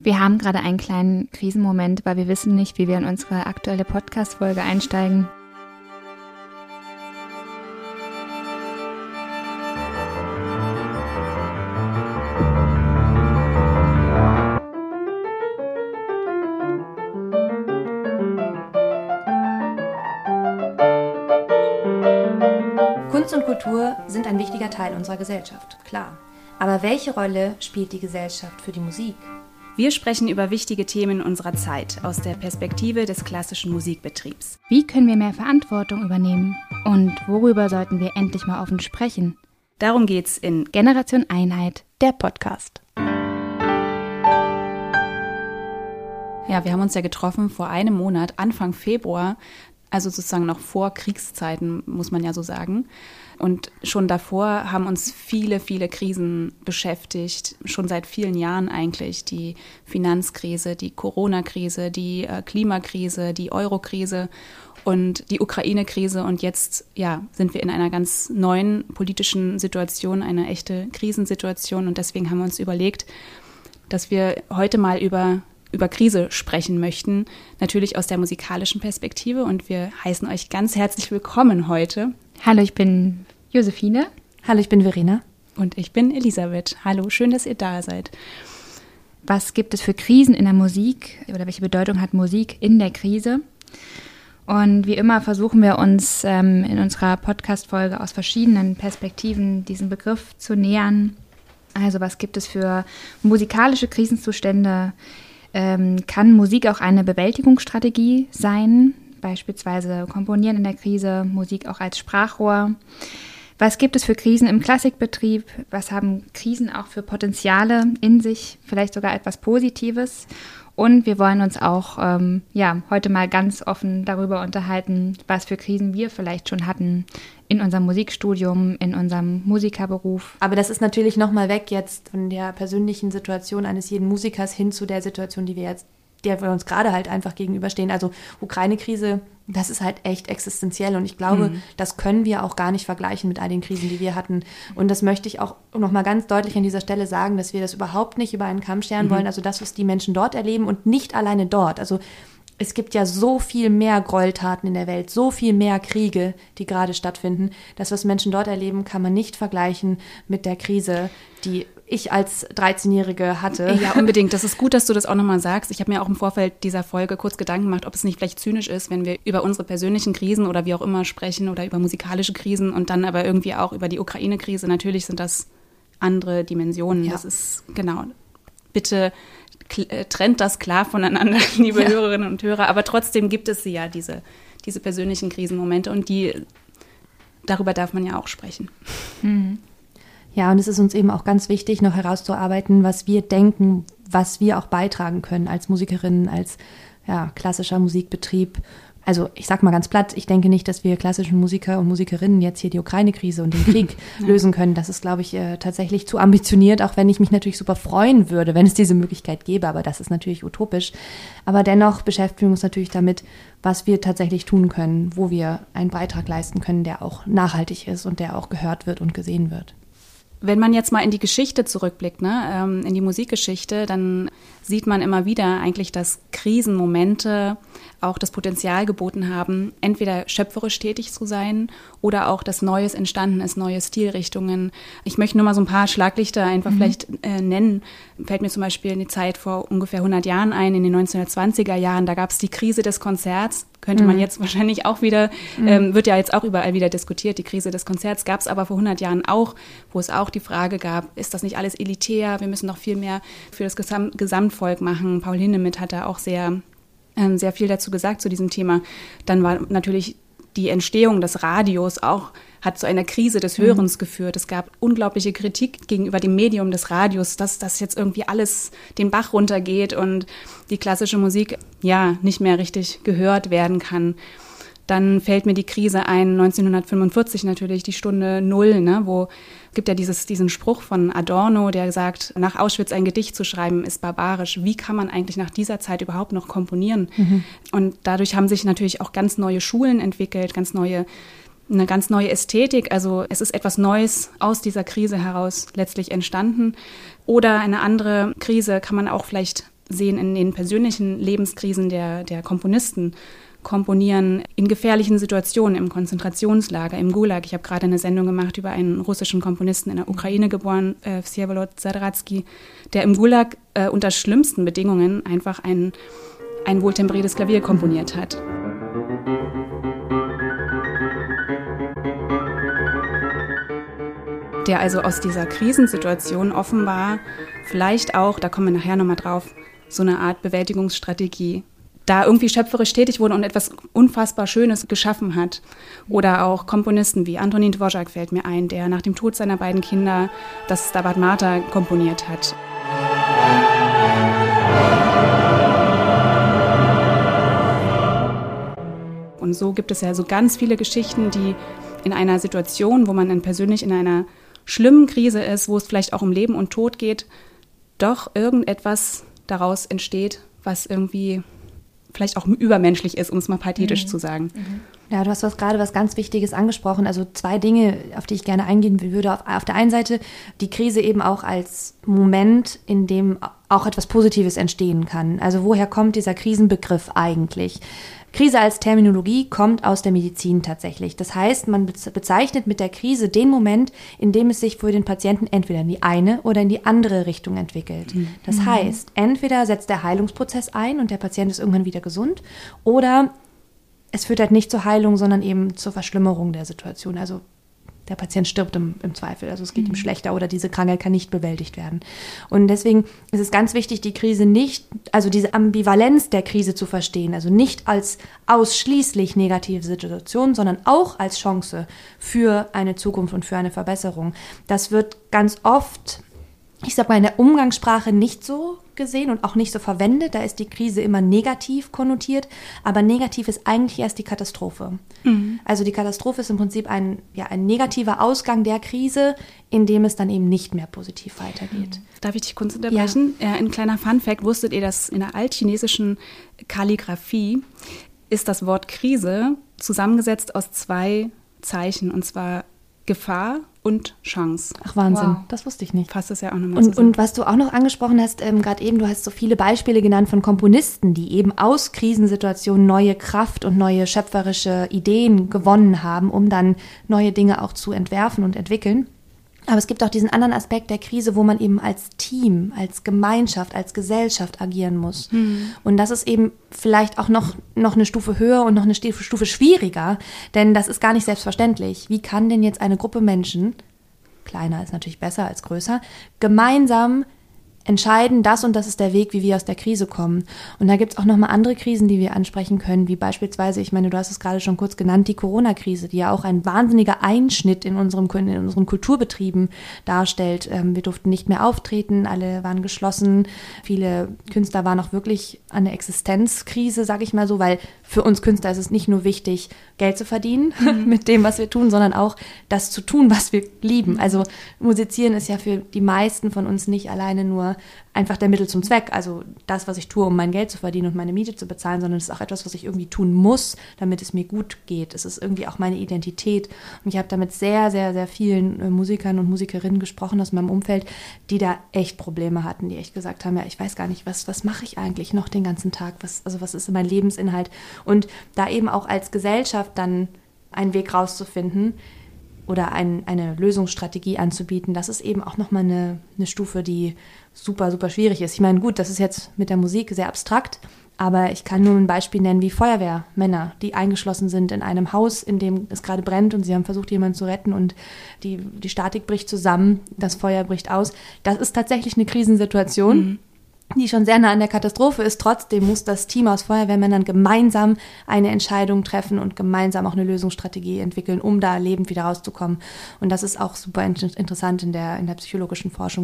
Wir haben gerade einen kleinen Krisenmoment, weil wir wissen nicht, wie wir in unsere aktuelle Podcast-Folge einsteigen. Kunst und Kultur sind ein wichtiger Teil unserer Gesellschaft, klar. Aber welche Rolle spielt die Gesellschaft für die Musik? Wir sprechen über wichtige Themen unserer Zeit aus der Perspektive des klassischen Musikbetriebs. Wie können wir mehr Verantwortung übernehmen? Und worüber sollten wir endlich mal offen sprechen? Darum geht's in Generation Einheit, der Podcast. Ja, wir haben uns ja getroffen vor einem Monat, Anfang Februar, also sozusagen noch vor Kriegszeiten, muss man ja so sagen. Und schon davor haben uns viele Krisen beschäftigt, schon seit vielen Jahren eigentlich. Die Finanzkrise, die Corona-Krise, die Klimakrise, die Euro-Krise und die Ukraine-Krise. Und jetzt sind wir in einer ganz neuen politischen Situation, eine echte Krisensituation. Und deswegen haben wir uns überlegt, dass wir heute mal über Krise sprechen möchten, natürlich aus der musikalischen Perspektive. Und wir heißen euch ganz herzlich willkommen heute. Hallo, ich bin Josephine. Hallo, ich bin Verena. Und ich bin Elisabeth. Hallo, schön, dass ihr da seid. Was gibt es für Krisen in der Musik oder welche Bedeutung hat Musik in der Krise? Und wie immer versuchen wir uns in unserer Podcast-Folge aus verschiedenen Perspektiven diesem Begriff zu nähern. Also was gibt es für musikalische Krisenzustände? Kann Musik auch eine Bewältigungsstrategie sein? Beispielsweise Komponieren in der Krise, Musik auch als Sprachrohr. Was gibt es für Krisen im Klassikbetrieb? Was haben Krisen auch für Potenziale in sich? Vielleicht sogar etwas Positives. Und wir wollen uns auch heute mal ganz offen darüber unterhalten, was für Krisen wir vielleicht schon hatten in unserem Musikstudium, in unserem Musikerberuf. Aber das ist natürlich nochmal weg jetzt von der persönlichen Situation eines jeden Musikers hin zu der Situation, der wir uns gerade halt einfach gegenüberstehen. Also Ukraine-Krise, das ist halt echt existenziell und ich glaube, das können wir auch gar nicht vergleichen mit all den Krisen, die wir hatten. Und das möchte ich auch nochmal ganz deutlich an dieser Stelle sagen, dass wir das überhaupt nicht über einen Kamm scheren wollen. Also das, was die Menschen dort erleben und nicht alleine dort. Also es gibt ja so viel mehr Gräueltaten in der Welt, so viel mehr Kriege, die gerade stattfinden. Das, was Menschen dort erleben, kann man nicht vergleichen mit der Krise, die ich als 13-Jährige hatte. Ja, unbedingt. Das ist gut, dass du das auch nochmal sagst. Ich habe mir auch im Vorfeld dieser Folge kurz Gedanken gemacht, ob es nicht vielleicht zynisch ist, wenn wir über unsere persönlichen Krisen oder wie auch immer sprechen oder über musikalische Krisen und dann aber irgendwie auch über die Ukraine-Krise. Natürlich sind das andere Dimensionen. Ja. Das ist, genau. Bitte trennt das klar voneinander, liebe Hörerinnen und Hörer. Aber trotzdem gibt es ja diese persönlichen Krisenmomente und darüber darf man ja auch sprechen. Mhm. Ja, und es ist uns eben auch ganz wichtig, noch herauszuarbeiten, was wir denken, was wir auch beitragen können als Musikerinnen, als klassischer Musikbetrieb. Also ich sag mal ganz platt, ich denke nicht, dass wir klassischen Musiker und Musikerinnen jetzt hier die Ukraine-Krise und den Krieg lösen können. Das ist, glaube ich, tatsächlich zu ambitioniert, auch wenn ich mich natürlich super freuen würde, wenn es diese Möglichkeit gäbe. Aber das ist natürlich utopisch. Aber dennoch beschäftigen wir uns natürlich damit, was wir tatsächlich tun können, wo wir einen Beitrag leisten können, der auch nachhaltig ist und der auch gehört wird und gesehen wird. Wenn man jetzt mal in die Geschichte zurückblickt, in die Musikgeschichte, dann sieht man immer wieder eigentlich, dass Krisenmomente auch das Potenzial geboten haben, entweder schöpferisch tätig zu sein oder auch, dass Neues entstanden ist, neue Stilrichtungen. Ich möchte nur mal so ein paar Schlaglichter einfach vielleicht nennen. Fällt mir zum Beispiel eine Zeit vor ungefähr 100 Jahren ein, in den 1920er Jahren, da gab es die Krise des Konzerts. Könnte man jetzt wahrscheinlich auch wieder, wird ja jetzt auch überall wieder diskutiert, die Krise des Konzerts gab es aber vor 100 Jahren auch, wo es auch die Frage gab, ist das nicht alles elitär, wir müssen noch viel mehr für das Gesamtvolk machen. Paul Hindemith hat da auch sehr viel dazu gesagt zu diesem Thema. Dann war natürlich die Entstehung des Radios auch, hat zu einer Krise des Hörens geführt. Es gab unglaubliche Kritik gegenüber dem Medium des Radios, dass das jetzt irgendwie alles den Bach runtergeht und die klassische Musik nicht mehr richtig gehört werden kann. Dann fällt mir die Krise ein, 1945 natürlich, die Stunde Null, wo gibt ja diesen Spruch von Adorno, der sagt, nach Auschwitz ein Gedicht zu schreiben, ist barbarisch. Wie kann man eigentlich nach dieser Zeit überhaupt noch komponieren? Und dadurch haben sich natürlich auch ganz neue Schulen entwickelt, eine ganz neue Ästhetik. Also es ist etwas Neues aus dieser Krise heraus letztlich entstanden. Oder eine andere Krise kann man auch vielleicht sehen in den persönlichen Lebenskrisen der Komponisten, komponieren in gefährlichen Situationen, im Konzentrationslager, im Gulag. Ich habe gerade eine Sendung gemacht über einen russischen Komponisten in der Ukraine geboren, Vsevolod Zadratski, der im Gulag unter schlimmsten Bedingungen einfach ein wohltemperiertes Klavier komponiert hat. Der also aus dieser Krisensituation offenbar vielleicht auch, da kommen wir nachher nochmal drauf, so eine Art Bewältigungsstrategie, da irgendwie schöpferisch tätig wurde und etwas unfassbar Schönes geschaffen hat. Oder auch Komponisten wie Antonín Dvořák fällt mir ein, der nach dem Tod seiner beiden Kinder das Stabat Mater komponiert hat. Und so gibt es ja so ganz viele Geschichten, die in einer Situation, wo man dann persönlich in einer schlimmen Krise ist, wo es vielleicht auch um Leben und Tod geht, doch irgendetwas daraus entsteht, was irgendwie vielleicht auch übermenschlich ist, um es mal pathetisch zu sagen. Ja, du hast gerade was ganz Wichtiges angesprochen. Also 2 Dinge, auf die ich gerne eingehen würde. Auf der einen Seite die Krise eben auch als Moment, in dem auch etwas Positives entstehen kann. Also woher kommt dieser Krisenbegriff eigentlich? Krise als Terminologie kommt aus der Medizin tatsächlich. Das heißt, man bezeichnet mit der Krise den Moment, in dem es sich für den Patienten entweder in die eine oder in die andere Richtung entwickelt. Das heißt, entweder setzt der Heilungsprozess ein und der Patient ist irgendwann wieder gesund, oder es führt halt nicht zur Heilung, sondern eben zur Verschlimmerung der Situation. Also der Patient stirbt im Zweifel, also es geht ihm schlechter oder diese Krankheit kann nicht bewältigt werden. Und deswegen ist es ganz wichtig, die Krise nicht, also diese Ambivalenz der Krise zu verstehen, also nicht als ausschließlich negative Situation, sondern auch als Chance für eine Zukunft und für eine Verbesserung. Das wird ganz oft, ich sag mal, in der Umgangssprache nicht so gesehen und auch nicht so verwendet. Da ist die Krise immer negativ konnotiert, aber negativ ist eigentlich erst die Katastrophe. Also die Katastrophe ist im Prinzip ein negativer Ausgang der Krise, in dem es dann eben nicht mehr positiv weitergeht. Darf ich dich kurz unterbrechen? Ja. Ein kleiner Funfact: Wusstet ihr, dass in der altchinesischen Kalligraphie ist das Wort Krise zusammengesetzt aus 2 Zeichen, und zwar Gefahr und Chance. Ach, Wahnsinn, wow. Das wusste ich nicht. Fasst es ja auch nochmal zusammen. Und was du auch noch angesprochen hast, gerade eben, du hast so viele Beispiele genannt von Komponisten, die eben aus Krisensituationen neue Kraft und neue schöpferische Ideen gewonnen haben, um dann neue Dinge auch zu entwerfen und entwickeln. Aber es gibt auch diesen anderen Aspekt der Krise, wo man eben als Team, als Gemeinschaft, als Gesellschaft agieren muss. Und das ist eben vielleicht auch noch eine Stufe höher und noch eine Stufe schwieriger, denn das ist gar nicht selbstverständlich. Wie kann denn jetzt eine Gruppe Menschen, kleiner ist natürlich besser als größer, gemeinsam entscheiden, das und das ist der Weg, wie wir aus der Krise kommen. Und da gibt es auch nochmal andere Krisen, die wir ansprechen können, wie beispielsweise, ich meine, du hast es gerade schon kurz genannt, die Corona-Krise, die ja auch ein wahnsinniger Einschnitt in unseren Kulturbetrieben darstellt. Wir durften nicht mehr auftreten, alle waren geschlossen. Viele Künstler waren auch wirklich an der Existenzkrise, sage ich mal so, weil für uns Künstler ist es nicht nur wichtig, Geld zu verdienen mit dem, was wir tun, sondern auch das zu tun, was wir lieben. Also musizieren ist ja für die meisten von uns nicht alleine nur einfach der Mittel zum Zweck, also das, was ich tue, um mein Geld zu verdienen und meine Miete zu bezahlen, sondern es ist auch etwas, was ich irgendwie tun muss, damit es mir gut geht. Es ist irgendwie auch meine Identität. Und ich habe da mit sehr, sehr, sehr vielen Musikern und Musikerinnen gesprochen aus meinem Umfeld, die da echt Probleme hatten, die echt gesagt haben, ja, ich weiß gar nicht, was mache ich eigentlich noch den ganzen Tag? Was ist mein Lebensinhalt? Und da eben auch als Gesellschaft dann einen Weg rauszufinden, oder eine Lösungsstrategie anzubieten, das ist eben auch nochmal eine Stufe, die super, super schwierig ist. Ich meine, gut, das ist jetzt mit der Musik sehr abstrakt, aber ich kann nur ein Beispiel nennen wie Feuerwehrmänner, die eingeschlossen sind in einem Haus, in dem es gerade brennt und sie haben versucht, jemanden zu retten und die Statik bricht zusammen, das Feuer bricht aus. Das ist tatsächlich eine Krisensituation, die schon sehr nah an der Katastrophe ist. Trotzdem muss das Team aus Feuerwehrmännern gemeinsam eine Entscheidung treffen und gemeinsam auch eine Lösungsstrategie entwickeln, um da lebend wieder rauszukommen. Und das ist auch super interessant in der psychologischen Forschung,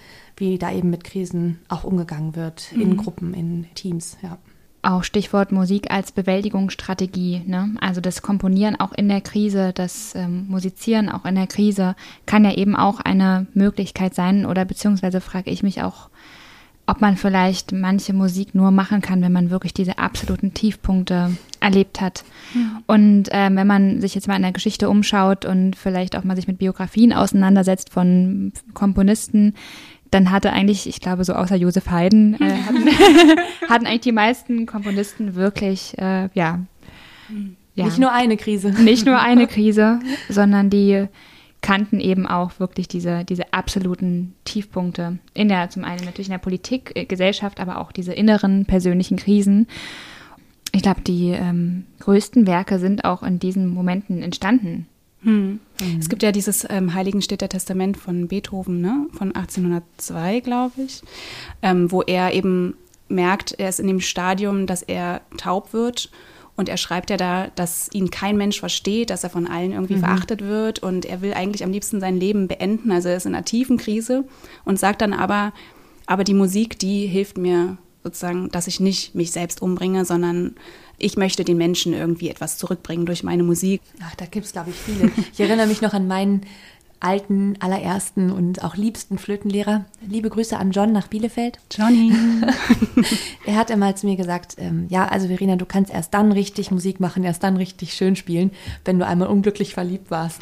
wie da eben mit Krisen auch umgegangen wird, in Gruppen, in Teams, ja. Auch Stichwort Musik als Bewältigungsstrategie, ne? Also das Komponieren auch in der Krise, das Musizieren auch in der Krise kann ja eben auch eine Möglichkeit sein, oder beziehungsweise frage ich mich auch, ob man vielleicht manche Musik nur machen kann, wenn man wirklich diese absoluten Tiefpunkte erlebt hat. Und wenn man sich jetzt mal in der Geschichte umschaut und vielleicht auch mal sich mit Biografien auseinandersetzt von Komponisten, dann hatte eigentlich, ich glaube, so außer Josef Haydn, hatten eigentlich die meisten Komponisten wirklich, Nicht nur eine Krise. Nicht nur eine Krise, sondern die kannten eben auch wirklich diese absoluten Tiefpunkte zum einen natürlich in der Politik, Gesellschaft, aber auch diese inneren persönlichen Krisen. Ich glaube, die größten Werke sind auch in diesen Momenten entstanden. Es gibt ja dieses Heiligenstädter Testament von Beethoven, ne? Von 1802, glaube ich, wo er eben merkt, er ist in dem Stadium, dass er taub wird. Und er schreibt ja da, dass ihn kein Mensch versteht, dass er von allen irgendwie verachtet wird. Und er will eigentlich am liebsten sein Leben beenden. Also er ist in einer tiefen Krise und sagt dann aber die Musik, die hilft mir sozusagen, dass ich nicht mich selbst umbringe, sondern ich möchte den Menschen irgendwie etwas zurückbringen durch meine Musik. Ach, da gibt es, glaube ich, viele. Ich erinnere mich noch an meinen alten, allerersten und auch liebsten Flötenlehrer. Liebe Grüße an John nach Bielefeld. Johnny. Er hat einmal zu mir gesagt, also Verena, du kannst erst dann richtig Musik machen, erst dann richtig schön spielen, wenn du einmal unglücklich verliebt warst.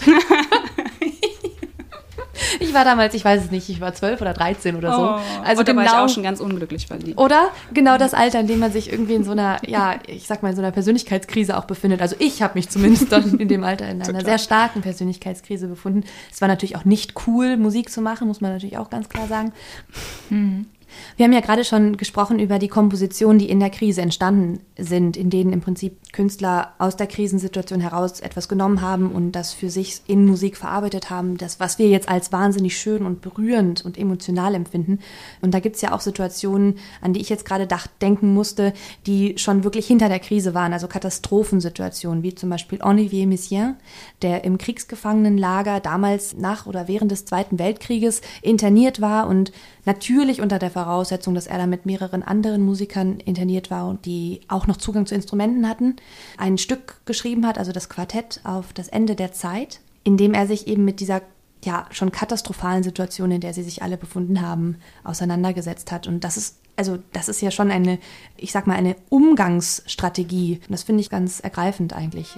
Ich war damals, ich weiß es nicht, ich war 12 oder 13 oder so. Also da war ich auch schon ganz unglücklich verliebt. Oder? Genau das Alter, in dem man sich irgendwie in so einer, ich sag mal, in so einer Persönlichkeitskrise auch befindet. Also ich habe mich zumindest dann in dem Alter in einer sehr starken Persönlichkeitskrise befunden. Es war natürlich auch nicht cool, Musik zu machen, muss man natürlich auch ganz klar sagen. Wir haben ja gerade schon gesprochen über die Kompositionen, die in der Krise entstanden sind, in denen im Prinzip Künstler aus der Krisensituation heraus etwas genommen haben und das für sich in Musik verarbeitet haben, das, was wir jetzt als wahnsinnig schön und berührend und emotional empfinden. Und da gibt es ja auch Situationen, an die ich jetzt gerade denken musste, die schon wirklich hinter der Krise waren, also Katastrophensituationen, wie zum Beispiel Olivier Messiaen, der im Kriegsgefangenenlager damals nach oder während des Zweiten Weltkrieges interniert war und natürlich unter der Voraussetzung, dass er da mit mehreren anderen Musikern interniert war und die auch noch Zugang zu Instrumenten hatten, ein Stück geschrieben hat, also das Quartett auf das Ende der Zeit, in dem er sich eben mit dieser schon katastrophalen Situation, in der sie sich alle befunden haben, auseinandergesetzt hat. Und das ist ja schon eine Umgangsstrategie. Und das finde ich ganz ergreifend eigentlich.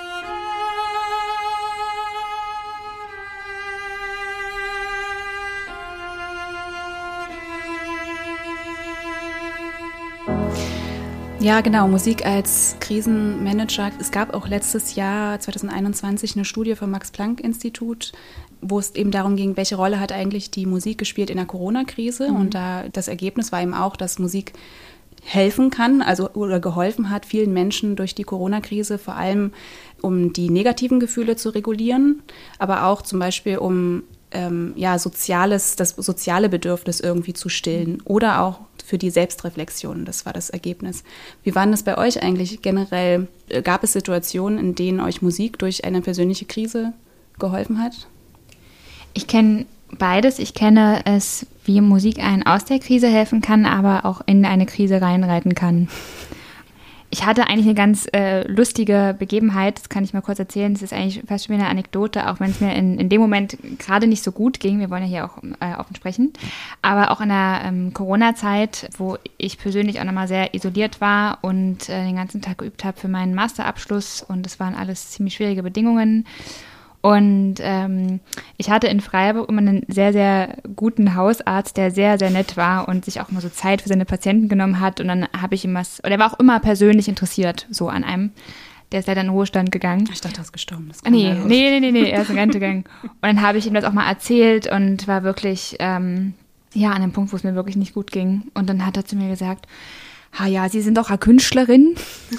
Ja, genau, Musik als Krisenmanager. Es gab auch letztes Jahr, 2021, eine Studie vom Max-Planck-Institut, wo es eben darum ging, welche Rolle hat eigentlich die Musik gespielt in der Corona-Krise. Und da das Ergebnis war eben auch, dass Musik helfen kann, oder geholfen hat vielen Menschen durch die Corona-Krise, vor allem um die negativen Gefühle zu regulieren, aber auch zum Beispiel um das soziale Bedürfnis irgendwie zu stillen oder auch für die Selbstreflexion. Das war das Ergebnis. Wie war das bei euch eigentlich generell? Gab es Situationen, in denen euch Musik durch eine persönliche Krise geholfen hat? Ich kenne beides. Ich kenne es, wie Musik einen aus der Krise helfen kann, aber auch in eine Krise reinreiten kann. Ich hatte eigentlich eine ganz lustige Begebenheit, das kann ich mal kurz erzählen. Das ist eigentlich fast schon wieder eine Anekdote, auch wenn es mir in dem Moment gerade nicht so gut ging. Wir wollen ja hier auch offen sprechen. Aber auch in der Corona-Zeit, wo ich persönlich auch nochmal sehr isoliert war und den ganzen Tag geübt habe für meinen Masterabschluss. Und es waren alles ziemlich schwierige Bedingungen. Und ich hatte in Freiburg immer einen sehr, sehr guten Hausarzt, der sehr, sehr nett war und sich auch immer so Zeit für seine Patienten genommen hat. Und dann habe ich ihm er war auch immer persönlich interessiert, so an einem. Der ist leider in den Ruhestand gegangen. Ich dachte, er ist gestorben. Nee, er ist in Rente gegangen. Und dann habe ich ihm das auch mal erzählt und war wirklich, an einem Punkt, wo es mir wirklich nicht gut ging. Und dann hat er zu mir gesagt, Sie sind doch eine Künstlerin.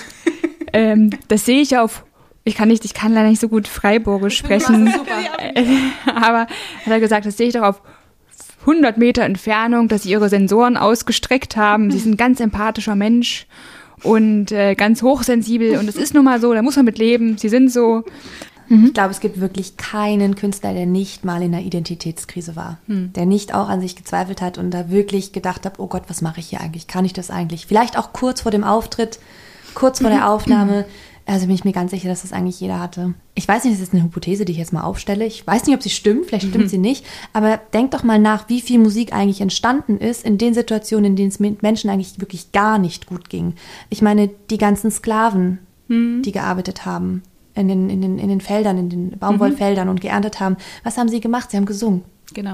Das sehe ich auf... Ich kann leider nicht so gut Freiburgisch sprechen, aber hat er gesagt, das sehe ich doch auf 100 Meter Entfernung, dass sie ihre Sensoren ausgestreckt haben. Sie sind ein ganz empathischer Mensch und ganz hochsensibel und es ist nun mal so, da muss man mit leben, sie sind so. Ich glaube, es gibt wirklich keinen Künstler, der nicht mal in einer Identitätskrise war, der nicht auch an sich gezweifelt hat und da wirklich gedacht hat, oh Gott, was mache ich hier eigentlich, kann ich das eigentlich? Vielleicht auch kurz vor dem Auftritt, kurz vor der Aufnahme. Also bin ich mir ganz sicher, dass das eigentlich jeder hatte. Ich weiß nicht, das ist eine Hypothese, die ich jetzt mal aufstelle. Ich weiß nicht, ob sie stimmt, vielleicht stimmt sie nicht. Aber denk doch mal nach, wie viel Musik eigentlich entstanden ist in den Situationen, in denen es mit Menschen eigentlich wirklich gar nicht gut ging. Ich meine, die ganzen Sklaven, die gearbeitet haben in den Feldern, in den Baumwollfeldern und geerntet haben. Was haben sie gemacht? Sie haben gesungen. Genau.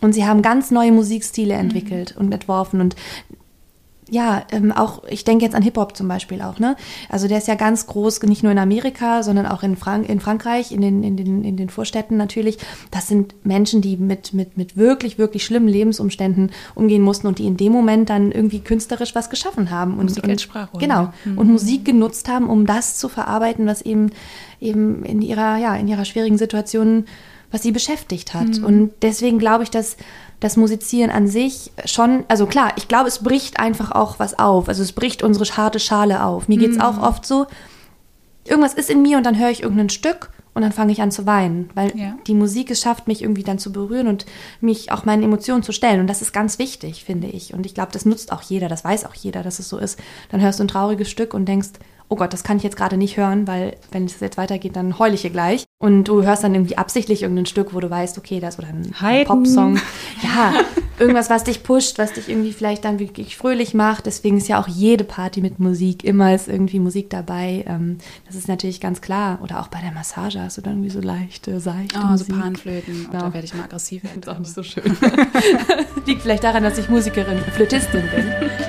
Und sie haben ganz neue Musikstile entwickelt und entworfen und ja, auch, ich denke jetzt an Hip-Hop zum Beispiel auch, ne? Also der ist ja ganz groß, nicht nur in Amerika, sondern auch in Frankreich, in den Vorstädten natürlich. Das sind Menschen, die mit wirklich, wirklich schlimmen Lebensumständen umgehen mussten und die in dem Moment dann irgendwie künstlerisch was geschaffen haben. Musik als Sprachrohr. Genau. Und Musik genutzt haben, um das zu verarbeiten, was eben in ihrer schwierigen Situation, was sie beschäftigt hat. Und deswegen glaube ich, dass das Musizieren an sich schon, also klar, ich glaube, es bricht einfach auch was auf. Also es bricht unsere harte Schale auf. Mir geht es auch oft so, irgendwas ist in mir und dann höre ich irgendein Stück und dann fange ich an zu weinen, weil die Musik es schafft, mich irgendwie dann zu berühren und mich auch meinen Emotionen zu stellen. Und das ist ganz wichtig, finde ich. Und ich glaube, das nutzt auch jeder, das weiß auch jeder, dass es so ist. Dann hörst du ein trauriges Stück und denkst, oh Gott, das kann ich jetzt gerade nicht hören, weil wenn es jetzt weitergeht, dann heule ich hier gleich. Und du hörst dann irgendwie absichtlich irgendein Stück, wo du weißt, okay, das oder ein Popsong. Ja, irgendwas, was dich pusht, was dich irgendwie vielleicht dann wirklich fröhlich macht. Deswegen ist ja auch jede Party mit Musik, immer ist irgendwie Musik dabei. Das ist natürlich ganz klar. Oder auch bei der Massage hast du dann irgendwie so seichte Musik. So Panflöten. Genau. Da werde ich mal aggressiv. Das ist auch nicht so schön. Liegt vielleicht daran, dass ich Musikerin, Flötistin bin.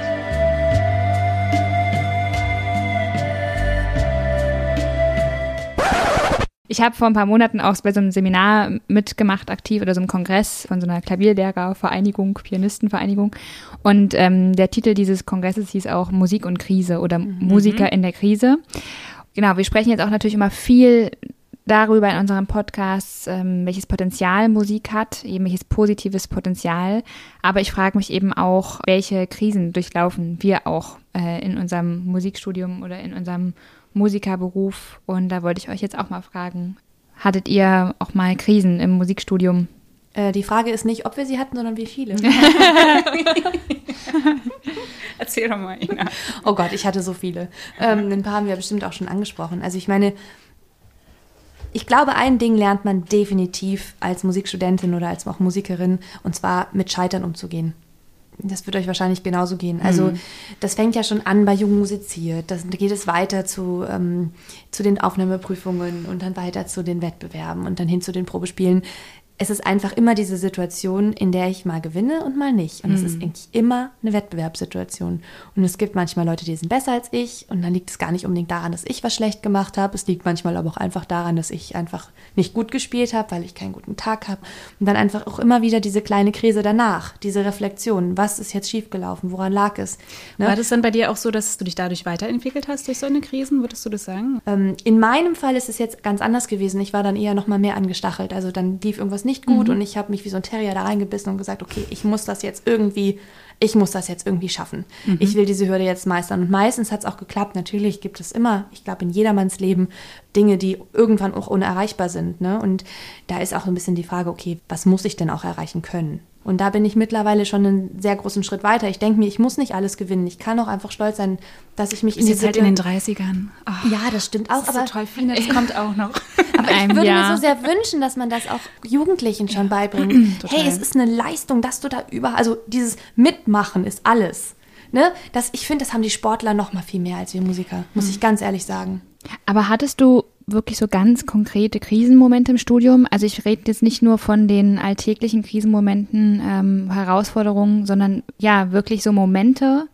Ich habe vor ein paar Monaten auch bei so einem Seminar mitgemacht, aktiv, oder so einem Kongress von so einer Klavierlehrervereinigung, Pianistenvereinigung. Und der Titel dieses Kongresses hieß auch Musik und Krise oder Musiker in der Krise. Genau, wir sprechen jetzt auch natürlich immer viel darüber in unserem Podcast, welches Potenzial Musik hat, eben welches positives Potenzial. Aber ich frage mich eben auch, welche Krisen durchlaufen wir auch in unserem Musikstudium oder in unserem Musikerberuf. Und da wollte ich euch jetzt auch mal fragen, hattet ihr auch mal Krisen im Musikstudium? Die Frage ist nicht, ob wir sie hatten, sondern wie viele. Erzähl doch mal, Ina. Oh Gott, ich hatte so viele. Ein paar haben wir bestimmt auch schon angesprochen. Also ich meine, ich glaube, ein Ding lernt man definitiv als Musikstudentin oder als auch Musikerin, und zwar mit Scheitern umzugehen. Das wird euch wahrscheinlich genauso gehen. Also das fängt ja schon an bei Jung musiziert. Da geht es weiter zu den Aufnahmeprüfungen und dann weiter zu den Wettbewerben und dann hin zu den Probespielen. Es ist einfach immer diese Situation, in der ich mal gewinne und mal nicht. Und es ist eigentlich immer eine Wettbewerbssituation. Und es gibt manchmal Leute, die sind besser als ich. Und dann liegt es gar nicht unbedingt daran, dass ich was schlecht gemacht habe. Es liegt manchmal aber auch einfach daran, dass ich einfach nicht gut gespielt habe, weil ich keinen guten Tag habe. Und dann einfach auch immer wieder diese kleine Krise danach, diese Reflexion. Was ist jetzt schiefgelaufen? Woran lag es? Ne? War das dann bei dir auch so, dass du dich dadurch weiterentwickelt hast durch so eine Krisen? Würdest du das sagen? In meinem Fall ist es jetzt ganz anders gewesen. Ich war dann eher noch mal mehr angestachelt. Also dann lief irgendwas nicht gut und ich habe mich wie so ein Terrier da reingebissen und gesagt, okay, ich muss das jetzt irgendwie schaffen. Ich will diese Hürde jetzt meistern. Und meistens hat es auch geklappt. Natürlich gibt es immer, ich glaube, in jedermanns Leben Dinge, die irgendwann auch unerreichbar sind. Ne? Und da ist auch ein bisschen die Frage, okay, was muss ich denn auch erreichen können? Und da bin ich mittlerweile schon einen sehr großen Schritt weiter. Ich denke mir, ich muss nicht alles gewinnen. Ich kann auch einfach stolz sein, dass ich mich in die Zeit in den 30ern. Oh, ja, das stimmt auch. Das ist so toll, Fine, das kommt auch noch. Aber ich würde mir so sehr wünschen, dass man das auch Jugendlichen schon beibringt. Total. Hey, es ist eine Leistung, dass du da also dieses Mitmachen ist alles. Ne? Ich finde, das haben die Sportler noch mal viel mehr als wir Musiker, muss ich ganz ehrlich sagen. Aber hattest du wirklich so ganz konkrete Krisenmomente im Studium? Also ich rede jetzt nicht nur von den alltäglichen Krisenmomenten, Herausforderungen, sondern ja, wirklich so Momente,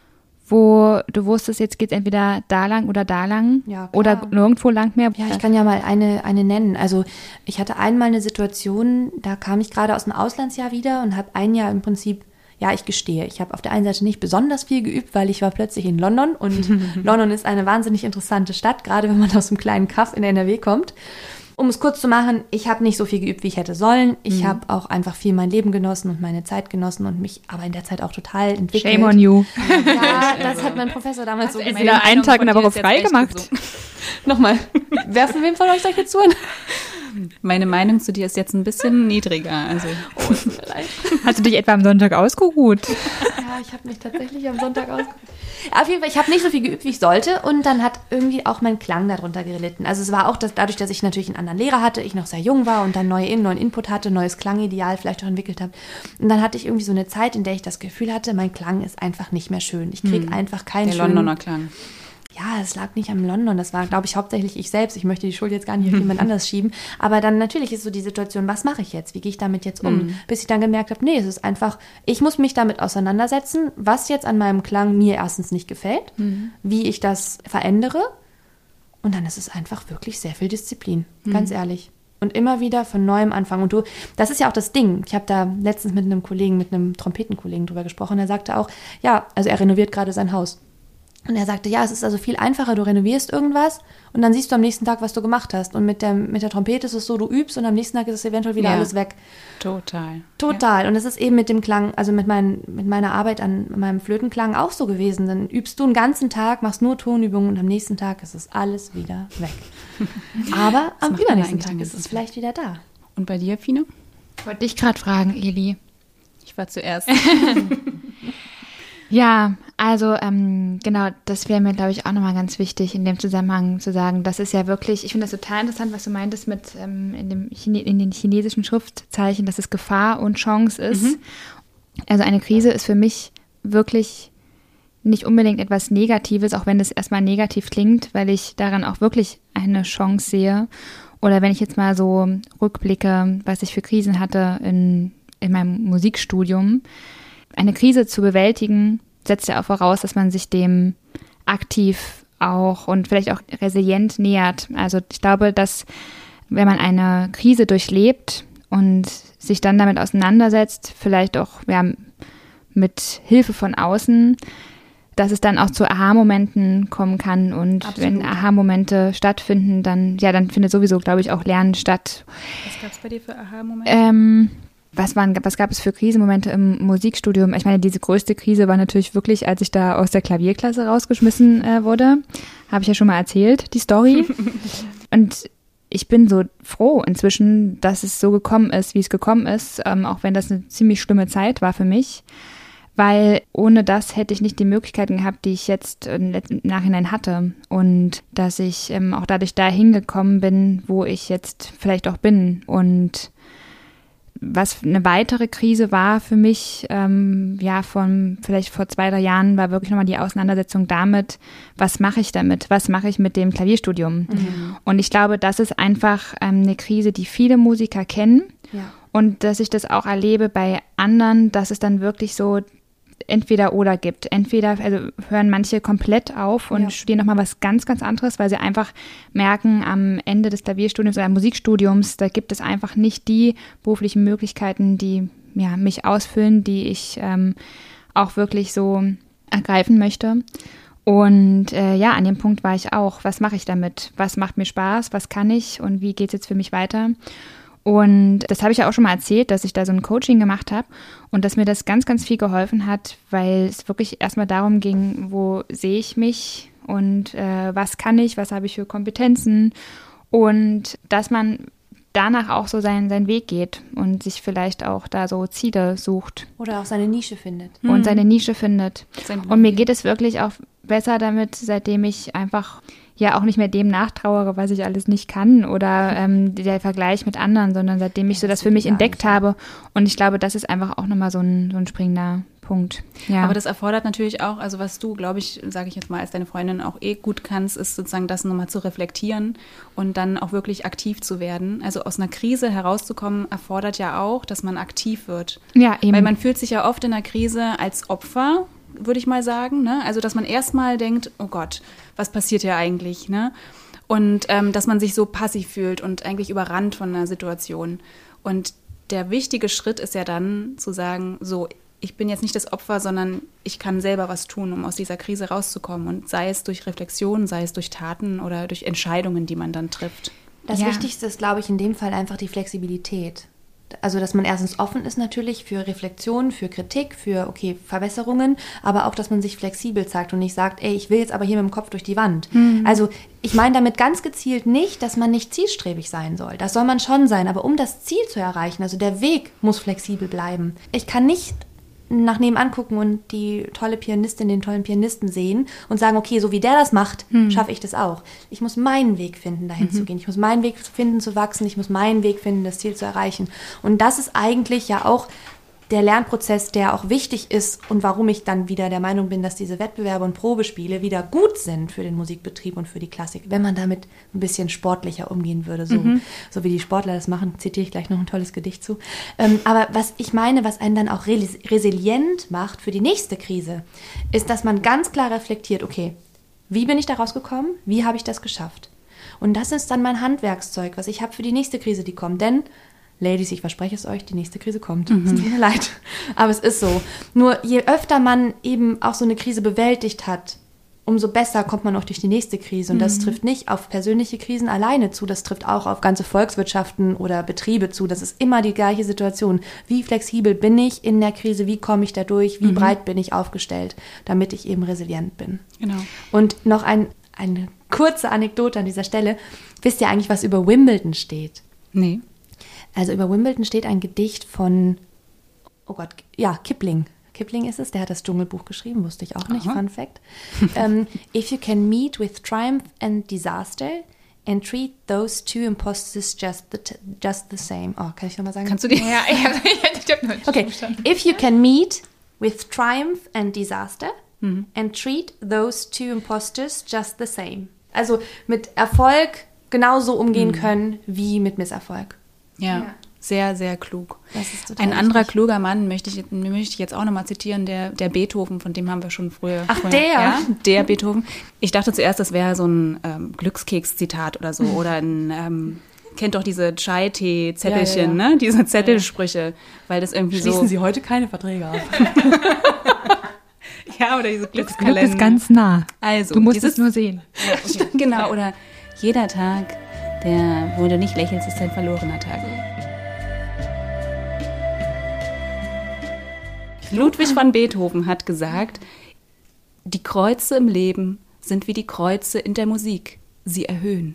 wo du wusstest, jetzt geht es entweder da lang oder da lang oder nirgendwo lang mehr. Ja, ich kann ja mal eine nennen. Also ich hatte einmal eine Situation, da kam ich gerade aus dem Auslandsjahr wieder und habe ein Jahr im Prinzip, ja, ich gestehe, ich habe auf der einen Seite nicht besonders viel geübt, weil ich war plötzlich in London und London ist eine wahnsinnig interessante Stadt, gerade wenn man aus einem kleinen Kaff in der NRW kommt. Um es kurz zu machen, ich habe nicht so viel geübt, wie ich hätte sollen. Ich habe auch einfach viel mein Leben genossen und meine Zeit genossen und mich aber in der Zeit auch total entwickelt. Shame on you. Ja, das hat mein Professor damals so gesagt. Wieder einen Tag in der Woche frei gemacht. Nochmal, wer von wem von euch sagt jetzt zu? Meine Meinung zu dir ist jetzt ein bisschen niedriger. Also. Oh, es tut mir leid. Hast du dich etwa am Sonntag ausgeruht? Ja, ich habe mich tatsächlich am Sonntag ausgeruht. Auf jeden Fall, ich habe nicht so viel geübt, wie ich sollte und dann hat irgendwie auch mein Klang darunter gelitten. Also es war auch dadurch, dass ich natürlich einen anderen Lehrer hatte, ich noch sehr jung war und dann neuen Input hatte, neues Klangideal vielleicht auch entwickelt habe. Und dann hatte ich irgendwie so eine Zeit, in der ich das Gefühl hatte, mein Klang ist einfach nicht mehr schön. Ich kriege einfach keinen schönen... Der Londoner Klang. Ja, es lag nicht am London, das war, glaube ich, hauptsächlich ich selbst. Ich möchte die Schuld jetzt gar nicht auf jemand anders schieben. Aber dann natürlich ist so die Situation, was mache ich jetzt? Wie gehe ich damit jetzt um? Bis ich dann gemerkt habe, nee, es ist einfach, ich muss mich damit auseinandersetzen, was jetzt an meinem Klang mir erstens nicht gefällt, wie ich das verändere. Und dann ist es einfach wirklich sehr viel Disziplin, ganz ehrlich. Und immer wieder von neuem anfangen. Und das ist ja auch das Ding. Ich habe da letztens mit einem Trompetenkollegen drüber gesprochen. Der sagte auch, ja, also er renoviert gerade sein Haus. Und er sagte, ja, es ist also viel einfacher, du renovierst irgendwas und dann siehst du am nächsten Tag, was du gemacht hast. Und mit der Trompete ist es so, du übst und am nächsten Tag ist es eventuell wieder alles weg. Total. Ja. Und es ist eben mit dem Klang, also mit meiner Arbeit an meinem Flötenklang auch so gewesen. Dann übst du einen ganzen Tag, machst nur Tonübungen und am nächsten Tag ist es alles wieder weg. Aber am übernächsten Tag ist es vielleicht wieder da. Und bei dir, Fine? Ich wollte dich gerade fragen, Eli. Ich war zuerst. Ja, also genau, das wäre mir, glaube ich, auch nochmal ganz wichtig in dem Zusammenhang zu sagen. Das ist ja wirklich, ich finde das total interessant, was du meintest mit in den chinesischen Schriftzeichen, dass es Gefahr und Chance ist. Also eine Krise ist für mich wirklich nicht unbedingt etwas Negatives, auch wenn es erstmal negativ klingt, weil ich daran auch wirklich eine Chance sehe. Oder wenn ich jetzt mal so rückblicke, was ich für Krisen hatte in meinem Musikstudium. Eine Krise zu bewältigen, setzt ja auch voraus, dass man sich dem aktiv auch und vielleicht auch resilient nähert. Also ich glaube, dass wenn man eine Krise durchlebt und sich dann damit auseinandersetzt, vielleicht auch mit Hilfe von außen, dass es dann auch zu Aha-Momenten kommen kann. Und wenn Aha-Momente stattfinden, dann findet sowieso, glaube ich, auch Lernen statt. Was gab es bei dir für Aha-Momente? Was gab es für Krisenmomente im Musikstudium? Ich meine, diese größte Krise war natürlich wirklich, als ich da aus der Klavierklasse rausgeschmissen wurde. Habe ich ja schon mal erzählt, die Story. Und ich bin so froh inzwischen, dass es so gekommen ist, wie es gekommen ist, auch wenn das eine ziemlich schlimme Zeit war für mich. Weil ohne das hätte ich nicht die Möglichkeiten gehabt, die ich jetzt im Nachhinein hatte. Und dass ich auch dadurch dahin gekommen bin, wo ich jetzt vielleicht auch bin. Und was eine weitere Krise war für mich, von vielleicht vor 2-3 Jahren, war wirklich nochmal die Auseinandersetzung damit, was mache ich damit? Was mache ich mit dem Klavierstudium? Und ich glaube, das ist einfach eine Krise, die viele Musiker kennen. Ja. Und dass ich das auch erlebe bei anderen, dass es dann wirklich so entweder oder gibt. Entweder hören manche komplett auf und studieren nochmal was ganz, ganz anderes, weil sie einfach merken, am Ende des Klavierstudiums oder Musikstudiums, da gibt es einfach nicht die beruflichen Möglichkeiten, die mich ausfüllen, die ich auch wirklich so ergreifen möchte. Und an dem Punkt war ich auch. Was mache ich damit? Was macht mir Spaß? Was kann ich? Und wie geht es jetzt für mich weiter? Und das habe ich ja auch schon mal erzählt, dass ich da so ein Coaching gemacht habe und dass mir das ganz, ganz viel geholfen hat, weil es wirklich erstmal darum ging, wo sehe ich mich und was kann ich, was habe ich für Kompetenzen und dass man danach auch so seinen Weg geht und sich vielleicht auch da so Ziele sucht. Oder auch seine Nische findet. Und seine Nische findet. Und mir geht es wirklich auch besser damit, seitdem ich einfach auch nicht mehr dem nachtrauere, was ich alles nicht kann oder der Vergleich mit anderen, sondern seitdem ich so das für mich entdeckt habe. Und ich glaube, das ist einfach auch nochmal so ein springender Punkt. Ja. Aber das erfordert natürlich auch, also was du, glaube ich, sage ich jetzt mal, als deine Freundin auch gut kannst, ist sozusagen das nochmal zu reflektieren und dann auch wirklich aktiv zu werden. Also aus einer Krise herauszukommen, erfordert ja auch, dass man aktiv wird. Ja, eben. Weil man fühlt sich ja oft in einer Krise als Opfer, würde ich mal sagen, ne? Also dass man erstmal denkt, oh Gott, was passiert hier eigentlich, ne? Und dass man sich so passiv fühlt und eigentlich überrannt von einer Situation. Und der wichtige Schritt ist ja dann zu sagen, so, ich bin jetzt nicht das Opfer, sondern ich kann selber was tun, um aus dieser Krise rauszukommen. Und sei es durch Reflexion, sei es durch Taten oder durch Entscheidungen, die man dann trifft. Das Wichtigste ist, glaube ich, in dem Fall einfach die Flexibilität. Also, dass man erstens offen ist natürlich für Reflexion, für Kritik, für, Verbesserungen, aber auch, dass man sich flexibel zeigt und nicht sagt, ich will jetzt aber hier mit dem Kopf durch die Wand. Also, ich meine damit ganz gezielt nicht, dass man nicht zielstrebig sein soll. Das soll man schon sein, aber um das Ziel zu erreichen, also der Weg muss flexibel bleiben. Ich kann nicht nach nebenan gucken und die tolle Pianistin, den tollen Pianisten sehen und sagen, okay, so wie der das macht, schaffe ich das auch. Ich muss meinen Weg finden, dahin zu gehen. Ich muss meinen Weg finden, zu wachsen. Ich muss meinen Weg finden, das Ziel zu erreichen. Und das ist eigentlich ja auch der Lernprozess, der auch wichtig ist und warum ich dann wieder der Meinung bin, dass diese Wettbewerbe und Probespiele wieder gut sind für den Musikbetrieb und für die Klassik, wenn man damit ein bisschen sportlicher umgehen würde, so wie die Sportler das machen, zitiere ich gleich noch ein tolles Gedicht zu. Aber was ich meine, was einen dann auch resilient macht für die nächste Krise, ist, dass man ganz klar reflektiert, okay, wie bin ich da rausgekommen? Wie habe ich das geschafft? Und das ist dann mein Handwerkszeug, was ich habe für die nächste Krise, die kommt. Denn, Ladies, ich verspreche es euch, die nächste Krise kommt. Es tut mir leid, aber es ist so. Nur je öfter man eben auch so eine Krise bewältigt hat, umso besser kommt man auch durch die nächste Krise. Und das trifft nicht auf persönliche Krisen alleine zu, das trifft auch auf ganze Volkswirtschaften oder Betriebe zu. Das ist immer die gleiche Situation. Wie flexibel bin ich in der Krise? Wie komme ich da durch? Wie breit bin ich aufgestellt, damit ich eben resilient bin? Genau. Und noch eine kurze Anekdote an dieser Stelle. Wisst ihr eigentlich, was über Wimbledon steht? Nee. Also über Wimbledon steht ein Gedicht von, oh Gott, ja, Kipling. Kipling ist es, der hat das Dschungelbuch geschrieben, wusste ich auch nicht, Fun Fact. If you can meet with triumph and disaster and treat those two impostors just the same. Oh, kann ich nochmal sagen? Kannst du die? Ja, ich hab nur Okay, if you can meet with triumph and disaster and treat those two impostors just the same. Also mit Erfolg genauso umgehen können wie mit Misserfolg. Ja. Sehr, sehr klug. Das ist total Ein anderer wichtig. kluger Mann möchte ich jetzt auch nochmal zitieren, der Beethoven, von dem haben wir schon früher. Ach, früher, der? Ja, der Beethoven. Ich dachte zuerst, das wäre so ein Glückskeks-Zitat oder so. Oder ein, kennt doch diese Chai-Tee-Zettelchen, Ja. ne? Diese Zettelsprüche. Weil das irgendwie so... Sie heute keine Verträge ab. Ja, oder diese Glück Glückskalender. ist ganz nah. Also, Du musst dieses, es nur sehen. Ja, okay. Genau, oder jeder Tag, wo du nicht lächelst, ist ein verlorener Tag. Ludwig van Beethoven hat gesagt, die Kreuze im Leben sind wie die Kreuze in der Musik. Sie erhöhen.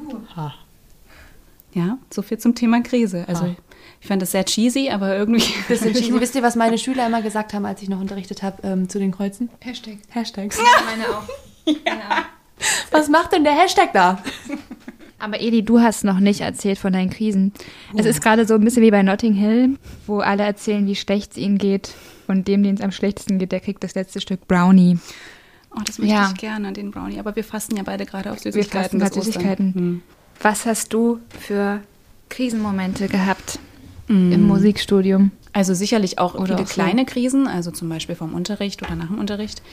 Ja, so viel zum Thema Krise. Also ich fand das sehr cheesy, aber irgendwie... Bisschen cheesy. Wisst ihr, was meine Schüler immer gesagt haben, als ich noch unterrichtet habe zu den Kreuzen? Hashtags. Meine auch. Meine auch. Was macht denn der Hashtag da? Aber Eli, du hast noch nicht erzählt von deinen Krisen. Es ist gerade so ein bisschen wie bei Notting Hill, wo alle erzählen, wie schlecht es ihnen geht. Und dem, den es am schlechtesten geht, der kriegt das letzte Stück Brownie. Oh, das möchte ich gerne, den Brownie. Aber wir fasten ja beide gerade auf Wir Süßigkeiten. fasten gerade Süßigkeiten. Was hast du für Krisenmomente gehabt im Musikstudium? Also sicherlich auch Oder viele auch so. kleine Krisen, also zum Beispiel vom Unterricht oder nach dem Unterricht.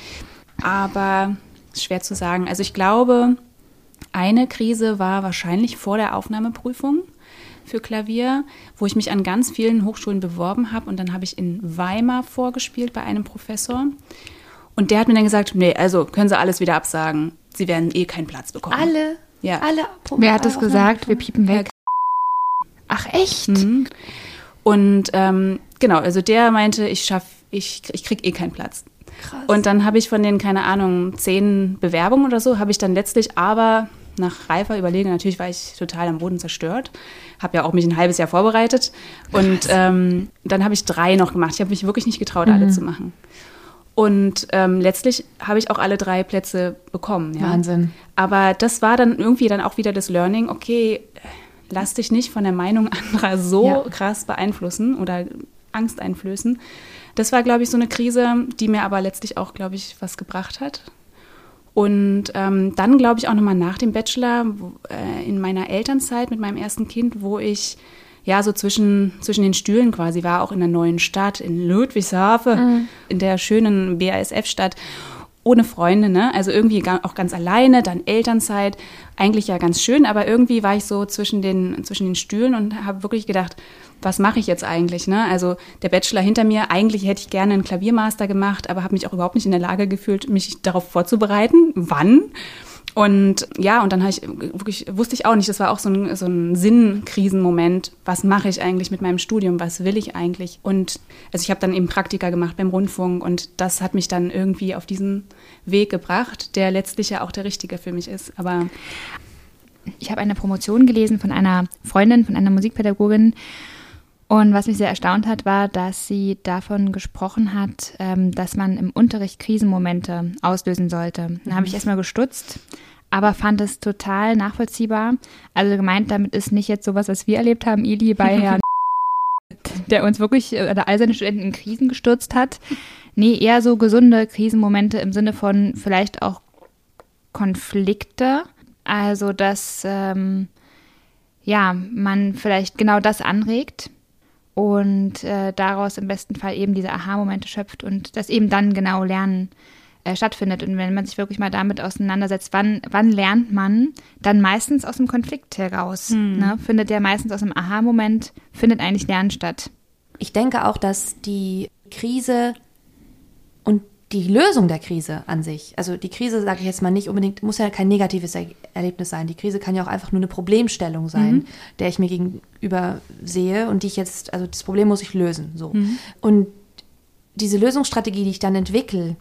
Aber schwer zu sagen. Also ich glaube, eine Krise war wahrscheinlich vor der Aufnahmeprüfung für Klavier, wo ich mich an ganz vielen Hochschulen beworben habe. Und dann habe ich in Weimar vorgespielt bei einem Professor. Und der hat mir dann gesagt, nee, also können Sie alles wieder absagen. Sie werden eh keinen Platz bekommen. Alle? Ja. Alle? Wer hat das gesagt? Wir piepen weg. Ach, echt? Mhm. Und genau, also der meinte, ich krieg eh keinen Platz. Krass. Und dann habe ich von den, keine Ahnung, 10 Bewerbungen oder so, habe ich dann letztlich aber nach reifer Überlegung, natürlich war ich total am Boden zerstört, habe ja auch mich ein halbes Jahr vorbereitet und dann habe ich 3 noch gemacht. Ich habe mich wirklich nicht getraut, alle zu machen. Und letztlich habe ich auch alle 3 Plätze bekommen. Ja? Wahnsinn. Aber das war dann irgendwie dann auch wieder das Learning, okay, lass dich nicht von der Meinung anderer so krass beeinflussen oder Angst einflößen. Das war, glaube ich, so eine Krise, die mir aber letztlich auch, glaube ich, was gebracht hat. Und dann, glaube ich, auch nochmal nach dem Bachelor in meiner Elternzeit mit meinem ersten Kind, wo ich ja so zwischen den Stühlen quasi war, auch in einer neuen Stadt, in Ludwigshafen, in der schönen BASF-Stadt, ohne Freunde, ne? Also irgendwie auch ganz alleine, dann Elternzeit, eigentlich ja ganz schön, aber irgendwie war ich so zwischen den Stühlen und habe wirklich gedacht, was mache ich jetzt eigentlich, ne? Also der Bachelor hinter mir, eigentlich hätte ich gerne einen Klaviermaster gemacht, aber habe mich auch überhaupt nicht in der Lage gefühlt, mich darauf vorzubereiten. Wann? Und ja, und dann wusste ich auch nicht, das war auch so ein Sinnkrisenmoment. Was mache ich eigentlich mit meinem Studium? Was will ich eigentlich? Und also ich habe dann eben Praktika gemacht beim Rundfunk und das hat mich dann irgendwie auf diesen Weg gebracht, der letztlich ja auch der richtige für mich ist. Aber Ich habe eine Promotion gelesen von einer Freundin, von einer Musikpädagogin. Und was mich sehr erstaunt hat, war, dass sie davon gesprochen hat, dass man im Unterricht Krisenmomente auslösen sollte. Dann habe ich erstmal gestutzt, aber fand es total nachvollziehbar. Also gemeint, damit ist nicht jetzt sowas, was wir erlebt haben, Ili, bei Herrn der uns wirklich oder all seine Studenten in Krisen gestürzt hat. Nee, eher so gesunde Krisenmomente im Sinne von vielleicht auch Konflikte. Also, dass man vielleicht genau das anregt und daraus im besten Fall eben diese Aha-Momente schöpft und dass eben dann genau Lernen stattfindet. Und wenn man sich wirklich mal damit auseinandersetzt, wann lernt man, dann meistens aus dem Konflikt heraus. Ne? Findet ja meistens aus dem Aha-Moment, findet eigentlich Lernen statt. Ich denke auch, dass die Krise und die Lösung der Krise an sich, also die Krise, sage ich jetzt mal nicht unbedingt, muss ja kein negatives Erlebnis sein. Die Krise kann ja auch einfach nur eine Problemstellung sein, der ich mir gegenüber sehe und die ich jetzt, also das Problem muss ich lösen. So. Und diese Lösungsstrategie, die ich dann entwickle,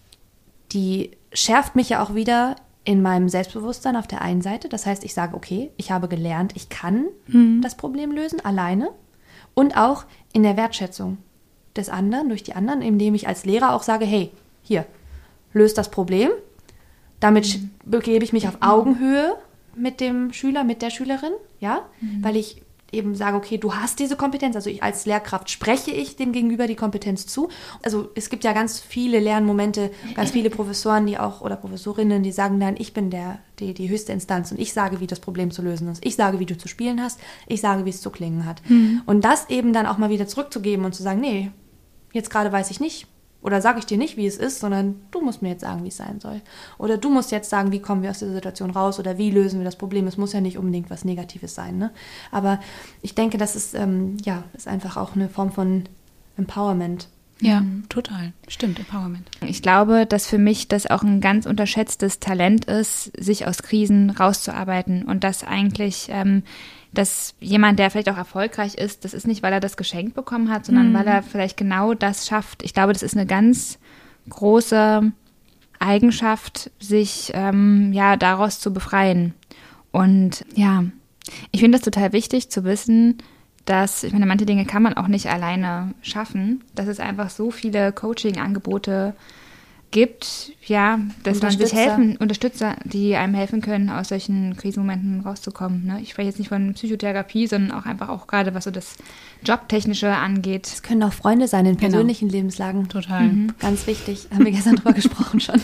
die schärft mich ja auch wieder in meinem Selbstbewusstsein auf der einen Seite. Das heißt, ich sage, okay, ich habe gelernt, ich kann das Problem lösen, alleine. Und auch in der Wertschätzung des anderen, durch die anderen, indem ich als Lehrer auch sage, hey, hier, löst das Problem. Damit begebe ich mich auf Augenhöhe mit dem Schüler, mit der Schülerin, ja, weil ich eben sage, okay, du hast diese Kompetenz, also ich als Lehrkraft spreche ich dem Gegenüber die Kompetenz zu. Also es gibt ja ganz viele Lernmomente, ganz viele Professoren, die auch, oder Professorinnen, die sagen dann, ich bin die höchste Instanz und ich sage, wie das Problem zu lösen ist. Ich sage, wie du zu spielen hast. Ich sage, wie es zu klingen hat. Und das eben dann auch mal wieder zurückzugeben und zu sagen, nee, jetzt gerade weiß ich nicht. Oder sage ich dir nicht, wie es ist, sondern du musst mir jetzt sagen, wie es sein soll. Oder du musst jetzt sagen, wie kommen wir aus dieser Situation raus oder wie lösen wir das Problem. Es muss ja nicht unbedingt was Negatives sein. Ne? Aber ich denke, das ist, ist einfach auch eine Form von Empowerment. Ja, total. Stimmt, Empowerment. Ich glaube, dass für mich das auch ein ganz unterschätztes Talent ist, sich aus Krisen rauszuarbeiten und dass eigentlich dass jemand, der vielleicht auch erfolgreich ist, das ist nicht, weil er das geschenkt bekommen hat, sondern weil er vielleicht genau das schafft. Ich glaube, das ist eine ganz große Eigenschaft, sich daraus zu befreien. Und ja, ich finde das total wichtig zu wissen, dass, ich meine, manche Dinge kann man auch nicht alleine schaffen, dass es einfach so viele Coaching-Angebote gibt, ja, dass man sich Unterstützer, die einem helfen können, aus solchen Krisenmomenten rauszukommen. Ne? Ich spreche jetzt nicht von Psychotherapie, sondern auch einfach auch gerade, was so das Jobtechnische angeht. Es können auch Freunde sein in persönlichen Lebenslagen. Total. Ganz wichtig. Haben wir gestern drüber gesprochen schon.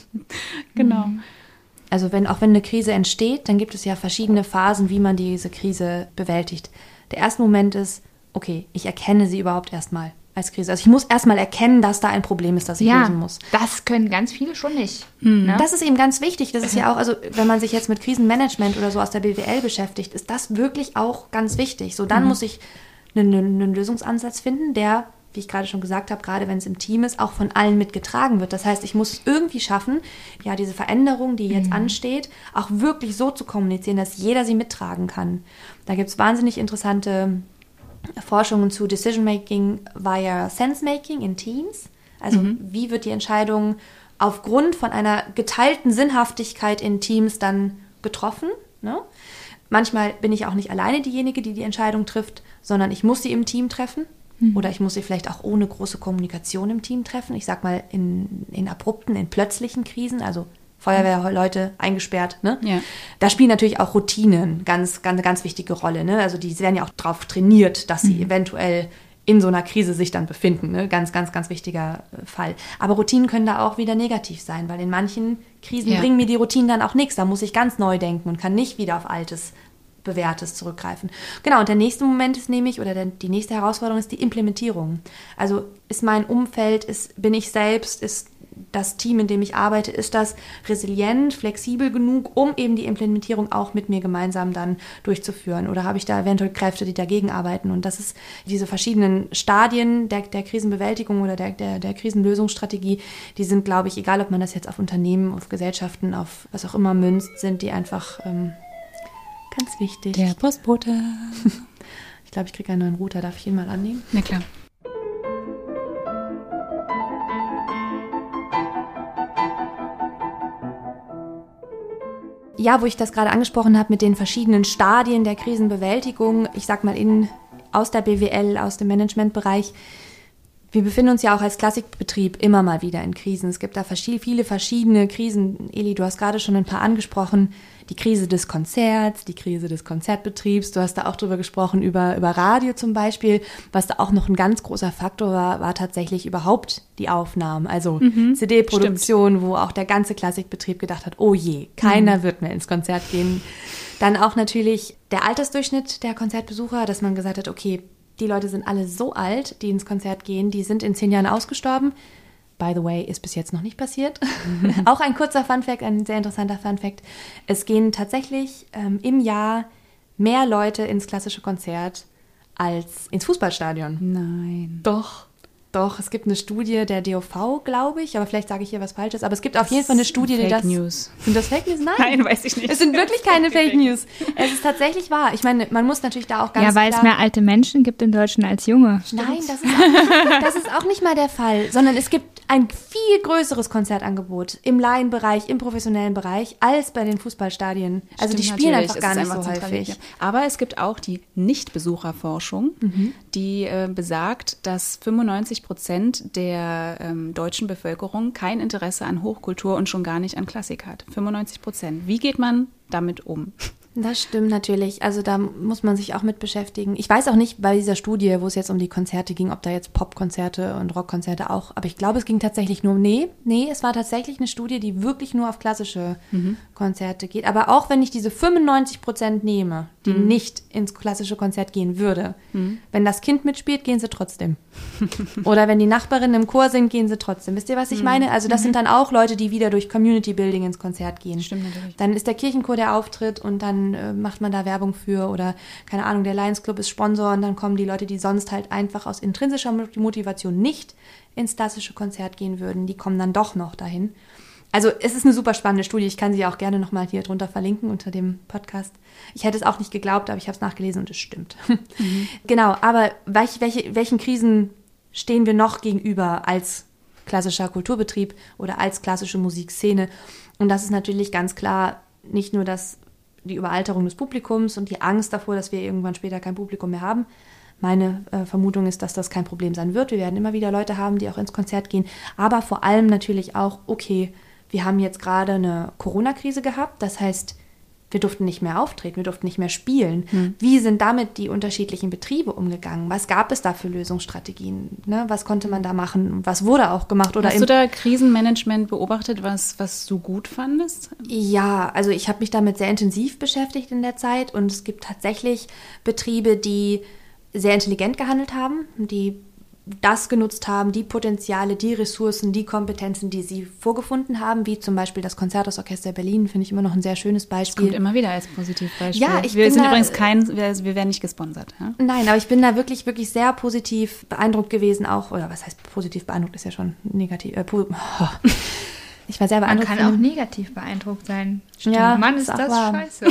Genau. Also wenn eine Krise entsteht, dann gibt es ja verschiedene Phasen, wie man diese Krise bewältigt. Der erste Moment ist, okay, ich erkenne sie überhaupt erstmal als Krise. Also ich muss erstmal erkennen, dass da ein Problem ist, das ich lösen muss. Das können ganz viele schon nicht. Ne? Das ist eben ganz wichtig. Das ist ja auch, also wenn man sich jetzt mit Krisenmanagement oder so aus der BWL beschäftigt, ist das wirklich auch ganz wichtig. So, dann muss ich einen Lösungsansatz finden, der, wie ich gerade schon gesagt habe, gerade wenn es im Team ist, auch von allen mitgetragen wird. Das heißt, ich muss es irgendwie schaffen, ja, diese Veränderung, die jetzt ansteht, auch wirklich so zu kommunizieren, dass jeder sie mittragen kann. Da gibt es wahnsinnig interessante Forschungen zu Decision-Making via Sense-Making in Teams. Also wie wird die Entscheidung aufgrund von einer geteilten Sinnhaftigkeit in Teams dann getroffen? Ne? Manchmal bin ich auch nicht alleine diejenige, die die Entscheidung trifft, sondern ich muss sie im Team treffen. Oder ich muss sie vielleicht auch ohne große Kommunikation im Team treffen. Ich sag mal in abrupten, in plötzlichen Krisen, also Feuerwehrleute eingesperrt. Ne? Ja. Da spielen natürlich auch Routinen eine ganz wichtige Rolle. Ne? Also die werden ja auch darauf trainiert, dass sie eventuell in so einer Krise sich dann befinden. Ne? Ganz, ganz, ganz wichtiger Fall. Aber Routinen können da auch wieder negativ sein, weil in manchen Krisen bringen mir die Routinen dann auch nichts. Da muss ich ganz neu denken und kann nicht wieder auf Altes, Bewährtes zurückgreifen. Genau, und der nächste Moment ist nämlich, oder die nächste Herausforderung ist die Implementierung. Also ist mein Umfeld, bin ich selbst, ist das Team, in dem ich arbeite, ist das resilient, flexibel genug, um eben die Implementierung auch mit mir gemeinsam dann durchzuführen? Oder habe ich da eventuell Kräfte, die dagegen arbeiten? Und das ist diese verschiedenen Stadien der Krisenbewältigung oder der Krisenlösungsstrategie, die sind, glaube ich, egal ob man das jetzt auf Unternehmen, auf Gesellschaften, auf was auch immer münzt, sind die einfach ganz wichtig. Der Postbote. Ich glaube, ich kriege einen neuen Router. Darf ich ihn mal annehmen? Na klar. Ja, wo ich das gerade angesprochen habe mit den verschiedenen Stadien der Krisenbewältigung, ich sag mal aus der BWL, aus dem Managementbereich, Wir befinden uns ja auch als Klassikbetrieb immer mal wieder in Krisen. Es gibt da viele verschiedene Krisen. Eli, du hast gerade schon ein paar angesprochen. Die Krise des Konzerts, die Krise des Konzertbetriebs. Du hast da auch drüber gesprochen, über Radio zum Beispiel. Was da auch noch ein ganz großer Faktor war tatsächlich überhaupt die Aufnahmen. Also CD-Produktion, wo auch der ganze Klassikbetrieb gedacht hat, oh je, keiner wird mehr ins Konzert gehen. Dann auch natürlich der Altersdurchschnitt der Konzertbesucher, dass man gesagt hat, okay, die Leute sind alle so alt, die ins Konzert gehen, die sind in 10 Jahren ausgestorben. By the way, ist bis jetzt noch nicht passiert. Auch ein kurzer Funfact, ein sehr interessanter Funfact. Es gehen tatsächlich im Jahr mehr Leute ins klassische Konzert als ins Fußballstadion. Nein. Doch, es gibt eine Studie der DOV, glaube ich, aber vielleicht sage ich hier was Falsches, aber es gibt auf jeden Fall eine Studie, die das... Fake News. Sind das Fake News? Nein, weiß ich nicht. Es sind wirklich keine Fake News. Es ist tatsächlich wahr. Ich meine, man muss natürlich da auch ganz klar... Ja, weil es mehr alte Menschen gibt in Deutschland als junge. Nein, das ist auch nicht mal der Fall, sondern es gibt ein viel größeres Konzertangebot im Laienbereich, im professionellen Bereich, als bei den Fußballstadien. Also die spielen einfach gar nicht so häufig. Ja. Aber es gibt auch die Nichtbesucherforschung, die besagt, dass 95% der deutschen Bevölkerung kein Interesse an Hochkultur und schon gar nicht an Klassik hat. 95%. Wie geht man damit um? Das stimmt natürlich. Also da muss man sich auch mit beschäftigen. Ich weiß auch nicht bei dieser Studie, wo es jetzt um die Konzerte ging, ob da jetzt Popkonzerte und Rockkonzerte auch, aber ich glaube, es ging tatsächlich nur, es war tatsächlich eine Studie, die wirklich nur auf klassische Konzerte geht. Aber auch wenn ich diese 95% nehme, die nicht ins klassische Konzert gehen würde, wenn das Kind mitspielt, gehen sie trotzdem. Oder wenn die Nachbarinnen im Chor sind, gehen sie trotzdem. Wisst ihr, was ich meine? Also das sind dann auch Leute, die wieder durch Community Building ins Konzert gehen. Stimmt natürlich. Dann ist der Kirchenchor der Auftritt und dann macht man da Werbung für oder, keine Ahnung, der Lions Club ist Sponsor und dann kommen die Leute, die sonst halt einfach aus intrinsischer Motivation nicht ins klassische Konzert gehen würden, die kommen dann doch noch dahin. Also es ist eine super spannende Studie, ich kann sie auch gerne nochmal hier drunter verlinken unter dem Podcast. Ich hätte es auch nicht geglaubt, aber ich habe es nachgelesen und es stimmt. Genau, aber welchen Krisen stehen wir noch gegenüber als klassischer Kulturbetrieb oder als klassische Musikszene? Und das ist natürlich ganz klar nicht nur die Überalterung des Publikums und die Angst davor, dass wir irgendwann später kein Publikum mehr haben. Meine Vermutung ist, dass das kein Problem sein wird. Wir werden immer wieder Leute haben, die auch ins Konzert gehen. Aber vor allem natürlich auch, okay, wir haben jetzt gerade eine Corona-Krise gehabt. Das heißt, wir durften nicht mehr auftreten, wir durften nicht mehr spielen. Wie sind damit die unterschiedlichen Betriebe umgegangen? Was gab es da für Lösungsstrategien? Ne? Was konnte man da machen? Was wurde auch gemacht? Oder hast du da Krisenmanagement beobachtet, was du gut fandest? Ja, also ich habe mich damit sehr intensiv beschäftigt in der Zeit und es gibt tatsächlich Betriebe, die sehr intelligent gehandelt haben, die das genutzt haben, die Potenziale, die Ressourcen, die Kompetenzen, die sie vorgefunden haben, wie zum Beispiel das Konzerthausorchester Berlin, finde ich immer noch ein sehr schönes Beispiel. Das kommt immer wieder als Positivbeispiel. Ja, wir sind übrigens wir werden nicht gesponsert. Ja? Nein, aber ich bin da wirklich, wirklich sehr positiv beeindruckt gewesen auch, oder was heißt positiv beeindruckt, ist ja schon negativ. Ich war sehr beeindruckt. Man kann auch negativ beeindruckt sein. Stimmt. Ja, Mann, ist das scheiße.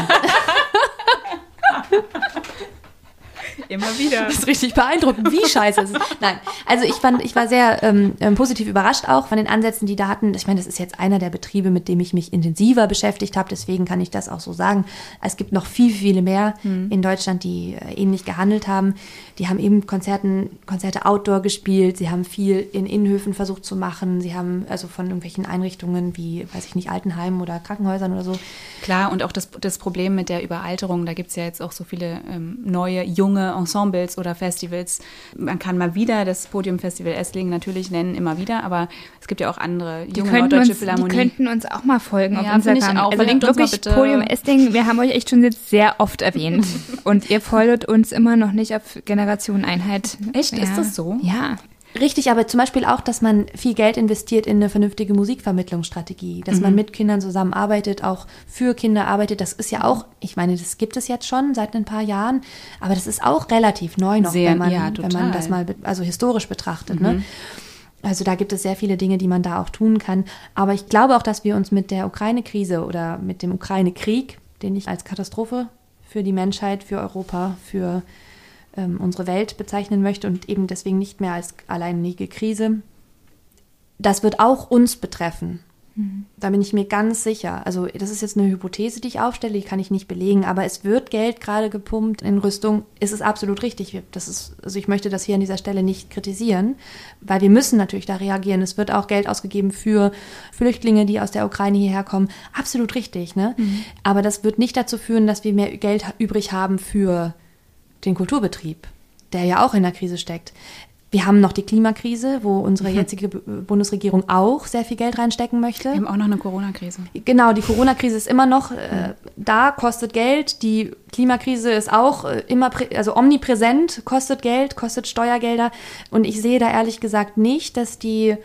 Immer wieder. Das ist richtig beeindruckend, wie scheiße es ist. Nein, also ich war sehr positiv überrascht auch von den Ansätzen, die da hatten. Ich meine, das ist jetzt einer der Betriebe, mit dem ich mich intensiver beschäftigt habe, deswegen kann ich das auch so sagen. Es gibt noch viele mehr in Deutschland, die ähnlich gehandelt haben. Die haben eben Konzerte outdoor gespielt, sie haben viel in Innenhöfen versucht zu machen, sie haben also von irgendwelchen Einrichtungen wie, weiß ich nicht, Altenheimen oder Krankenhäusern oder so. Klar, und auch das Problem mit der Überalterung, da gibt es ja jetzt auch so viele neue, junge Ensembles oder Festivals. Man kann mal wieder das Podium-Festival Esslingen natürlich nennen, immer wieder, aber es gibt ja auch andere junge Norddeutsche Philharmonie. Die könnten uns auch mal folgen auf Instagram. Ich auch. Also verlinkt uns mal bitte. Podium Esslingen, wir haben euch echt schon jetzt sehr oft erwähnt und ihr folgt uns immer noch nicht auf Generation Einheit. Echt? Ja. Ist das so? Ja. Richtig, aber zum Beispiel auch, dass man viel Geld investiert in eine vernünftige Musikvermittlungsstrategie, dass man mit Kindern zusammenarbeitet, auch für Kinder arbeitet. Das ist ja auch, ich meine, das gibt es jetzt schon seit ein paar Jahren, aber das ist auch relativ neu noch, wenn man das mal historisch betrachtet. Ne? Also da gibt es sehr viele Dinge, die man da auch tun kann. Aber ich glaube auch, dass wir uns mit der Ukraine-Krise oder mit dem Ukraine-Krieg, den ich als Katastrophe für die Menschheit, für Europa, für unsere Welt bezeichnen möchte und eben deswegen nicht mehr als alleinige Krise. Das wird auch uns betreffen. Da bin ich mir ganz sicher. Also das ist jetzt eine Hypothese, die ich aufstelle, die kann ich nicht belegen, aber es wird Geld gerade gepumpt in Rüstung. Es ist absolut richtig. Also ich möchte das hier an dieser Stelle nicht kritisieren, weil wir müssen natürlich da reagieren. Es wird auch Geld ausgegeben für Flüchtlinge, die aus der Ukraine hierher kommen. Absolut richtig, ne? Aber das wird nicht dazu führen, dass wir mehr Geld übrig haben für den Kulturbetrieb, der ja auch in der Krise steckt. Wir haben noch die Klimakrise, wo unsere jetzige Bundesregierung auch sehr viel Geld reinstecken möchte. Wir haben auch noch eine Corona-Krise. Genau, die Corona-Krise ist immer noch da, kostet Geld. Die Klimakrise ist auch also omnipräsent, kostet Geld, kostet Steuergelder. Und ich sehe da ehrlich gesagt nicht, dass die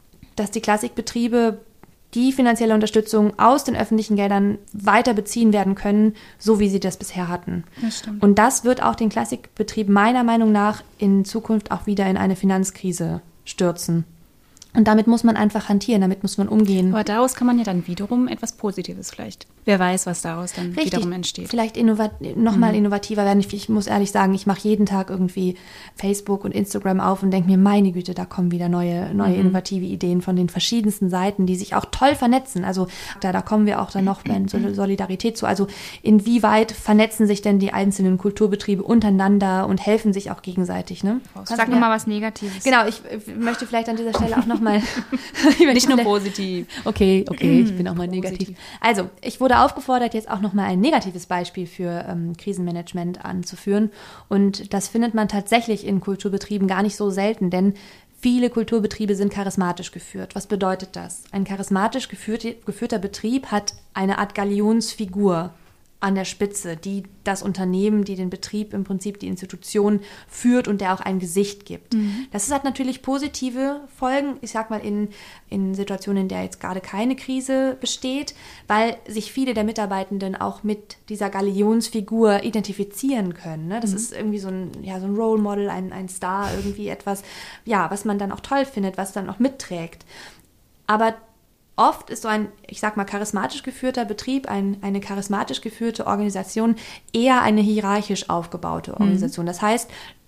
Klassikbetriebe die finanzielle Unterstützung aus den öffentlichen Geldern weiter beziehen werden können, so wie sie das bisher hatten. Das stimmt. Und das wird auch den Klassikbetrieb meiner Meinung nach in Zukunft auch wieder in eine Finanzkrise stürzen. Und damit muss man einfach hantieren, damit muss man umgehen. Aber daraus kann man ja dann wiederum etwas Positives vielleicht. Wer weiß, was daraus dann wiederum entsteht. Vielleicht nochmal innovativer werden. Ich muss ehrlich sagen, ich mache jeden Tag irgendwie Facebook und Instagram auf und denke mir, meine Güte, da kommen wieder neue innovative Ideen von den verschiedensten Seiten, die sich auch toll vernetzen. Also da kommen wir auch dann noch bei Solidarität zu. Also inwieweit vernetzen sich denn die einzelnen Kulturbetriebe untereinander und helfen sich auch gegenseitig? Ne? Sag nur mal was Negatives. Genau, ich möchte vielleicht an dieser Stelle auch nochmal nicht nur positiv. Okay, ich bin auch mal negativ. Also, ich wurde aufgefordert, jetzt auch nochmal ein negatives Beispiel für Krisenmanagement anzuführen. Und das findet man tatsächlich in Kulturbetrieben gar nicht so selten, denn viele Kulturbetriebe sind charismatisch geführt. Was bedeutet das? Ein charismatisch geführter Betrieb hat eine Art Galionsfigur an der Spitze, die das Unternehmen, die den Betrieb, im Prinzip die Institution führt und der auch ein Gesicht gibt. Das hat natürlich positive Folgen, ich sag mal in Situationen, in der jetzt gerade keine Krise besteht, weil sich viele der Mitarbeitenden auch mit dieser Galionsfigur identifizieren können. Ne? Das ist irgendwie so ein Role Model, ein Star, irgendwie etwas, ja, was man dann auch toll findet, was dann auch mitträgt. Aber oft ist so ein, ich sag mal, charismatisch geführter Betrieb, eine charismatisch geführte Organisation eher eine hierarchisch aufgebaute Organisation. Das heißt,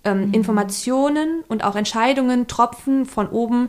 Informationen und auch Entscheidungen tropfen von oben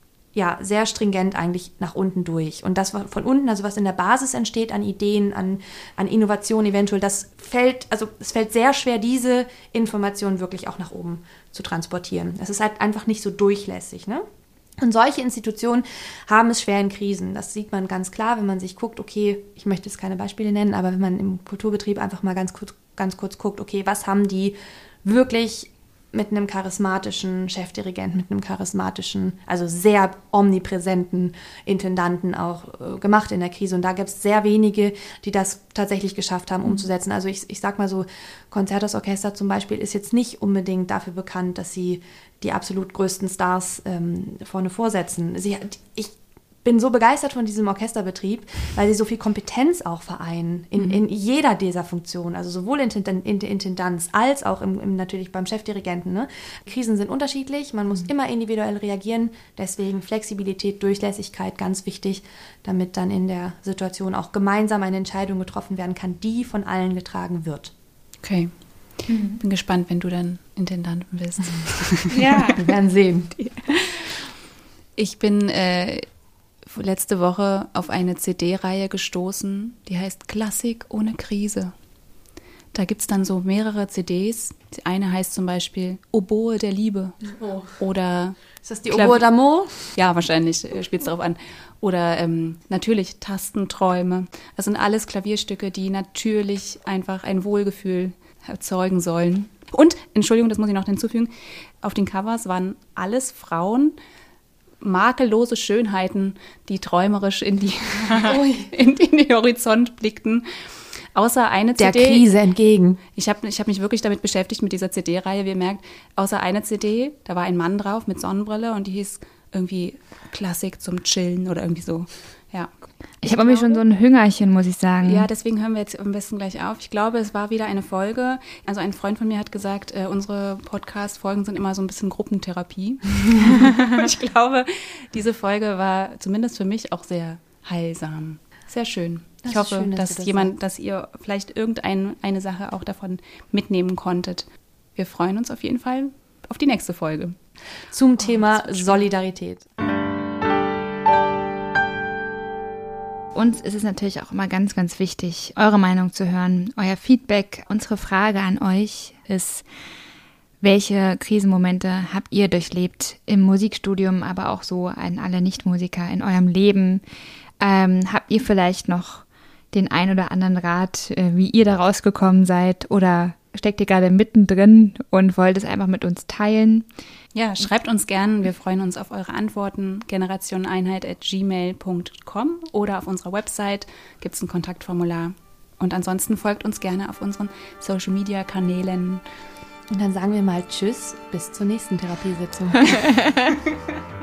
ja sehr stringent eigentlich nach unten durch. Und das von unten, also was in der Basis entsteht an Ideen, an Innovationen eventuell, es fällt sehr schwer, diese Informationen wirklich auch nach oben zu transportieren. Es ist halt einfach nicht so durchlässig, ne? Und solche Institutionen haben es schwer in Krisen. Das sieht man ganz klar, wenn man sich guckt, okay, ich möchte jetzt keine Beispiele nennen, aber wenn man im Kulturbetrieb einfach mal ganz kurz guckt, okay, was haben die wirklich mit einem charismatischen Chefdirigenten, mit einem charismatischen, also sehr omnipräsenten Intendanten auch gemacht in der Krise. Und da gibt es sehr wenige, die das tatsächlich geschafft haben umzusetzen. Also ich sag mal so, Concertos Orchester zum Beispiel ist jetzt nicht unbedingt dafür bekannt, dass sie die absolut größten Stars vorne vorsetzen. Ich bin so begeistert von diesem Orchesterbetrieb, weil sie so viel Kompetenz auch vereinen in jeder dieser Funktionen, also sowohl in der Intendanz als auch natürlich beim Chefdirigenten. Ne? Krisen sind unterschiedlich, man muss immer individuell reagieren, deswegen Flexibilität, Durchlässigkeit ganz wichtig, damit dann in der Situation auch gemeinsam eine Entscheidung getroffen werden kann, die von allen getragen wird. Okay. Bin gespannt, wenn du dann Intendanten bist. Ja, wir werden sehen. Ich bin letzte Woche auf eine CD-Reihe gestoßen, die heißt Klassik ohne Krise. Da gibt es dann so mehrere CDs. Die eine heißt zum Beispiel Oboe der Liebe. Oh. Oder ist das die Oboe d'Amour? Ja, wahrscheinlich spielt es darauf an. Oder natürlich Tastenträume. Das sind alles Klavierstücke, die natürlich einfach ein Wohlgefühl erzeugen sollen. Und, Entschuldigung, das muss ich noch hinzufügen, auf den Covers waren alles Frauen, makellose Schönheiten, die träumerisch in den Horizont blickten. Außer eine CD. Der Krise entgegen. Ich hab mich wirklich damit beschäftigt, mit dieser CD-Reihe. Wie ihr merkt, außer eine CD, da war ein Mann drauf mit Sonnenbrille und die hieß irgendwie Klassik zum Chillen oder irgendwie so. Ja. Ich habe irgendwie schon so ein Hüngerchen, muss ich sagen. Ja, deswegen hören wir jetzt am besten gleich auf. Ich glaube, es war wieder eine Folge. Also ein Freund von mir hat gesagt, unsere Podcast-Folgen sind immer so ein bisschen Gruppentherapie. Ich glaube, diese Folge war zumindest für mich auch sehr heilsam. Sehr schön. Ich hoffe, schön, dass ihr vielleicht irgendeine Sache auch davon mitnehmen konntet. Wir freuen uns auf jeden Fall auf die nächste Folge. Zum Thema Solidarität. Uns ist es natürlich auch immer ganz, ganz wichtig, eure Meinung zu hören, euer Feedback. Unsere Frage an euch ist, welche Krisenmomente habt ihr durchlebt im Musikstudium, aber auch so an alle Nichtmusiker in eurem Leben? Habt ihr vielleicht noch den ein oder anderen Rat, wie ihr da rausgekommen seid, oder steckt ihr gerade mittendrin und wollt es einfach mit uns teilen? Ja, schreibt uns gern. Wir freuen uns auf eure Antworten. generationeneinheit@gmail.com oder auf unserer Website gibt es ein Kontaktformular. Und ansonsten folgt uns gerne auf unseren Social-Media-Kanälen. Und dann sagen wir mal Tschüss, bis zur nächsten Therapiesitzung.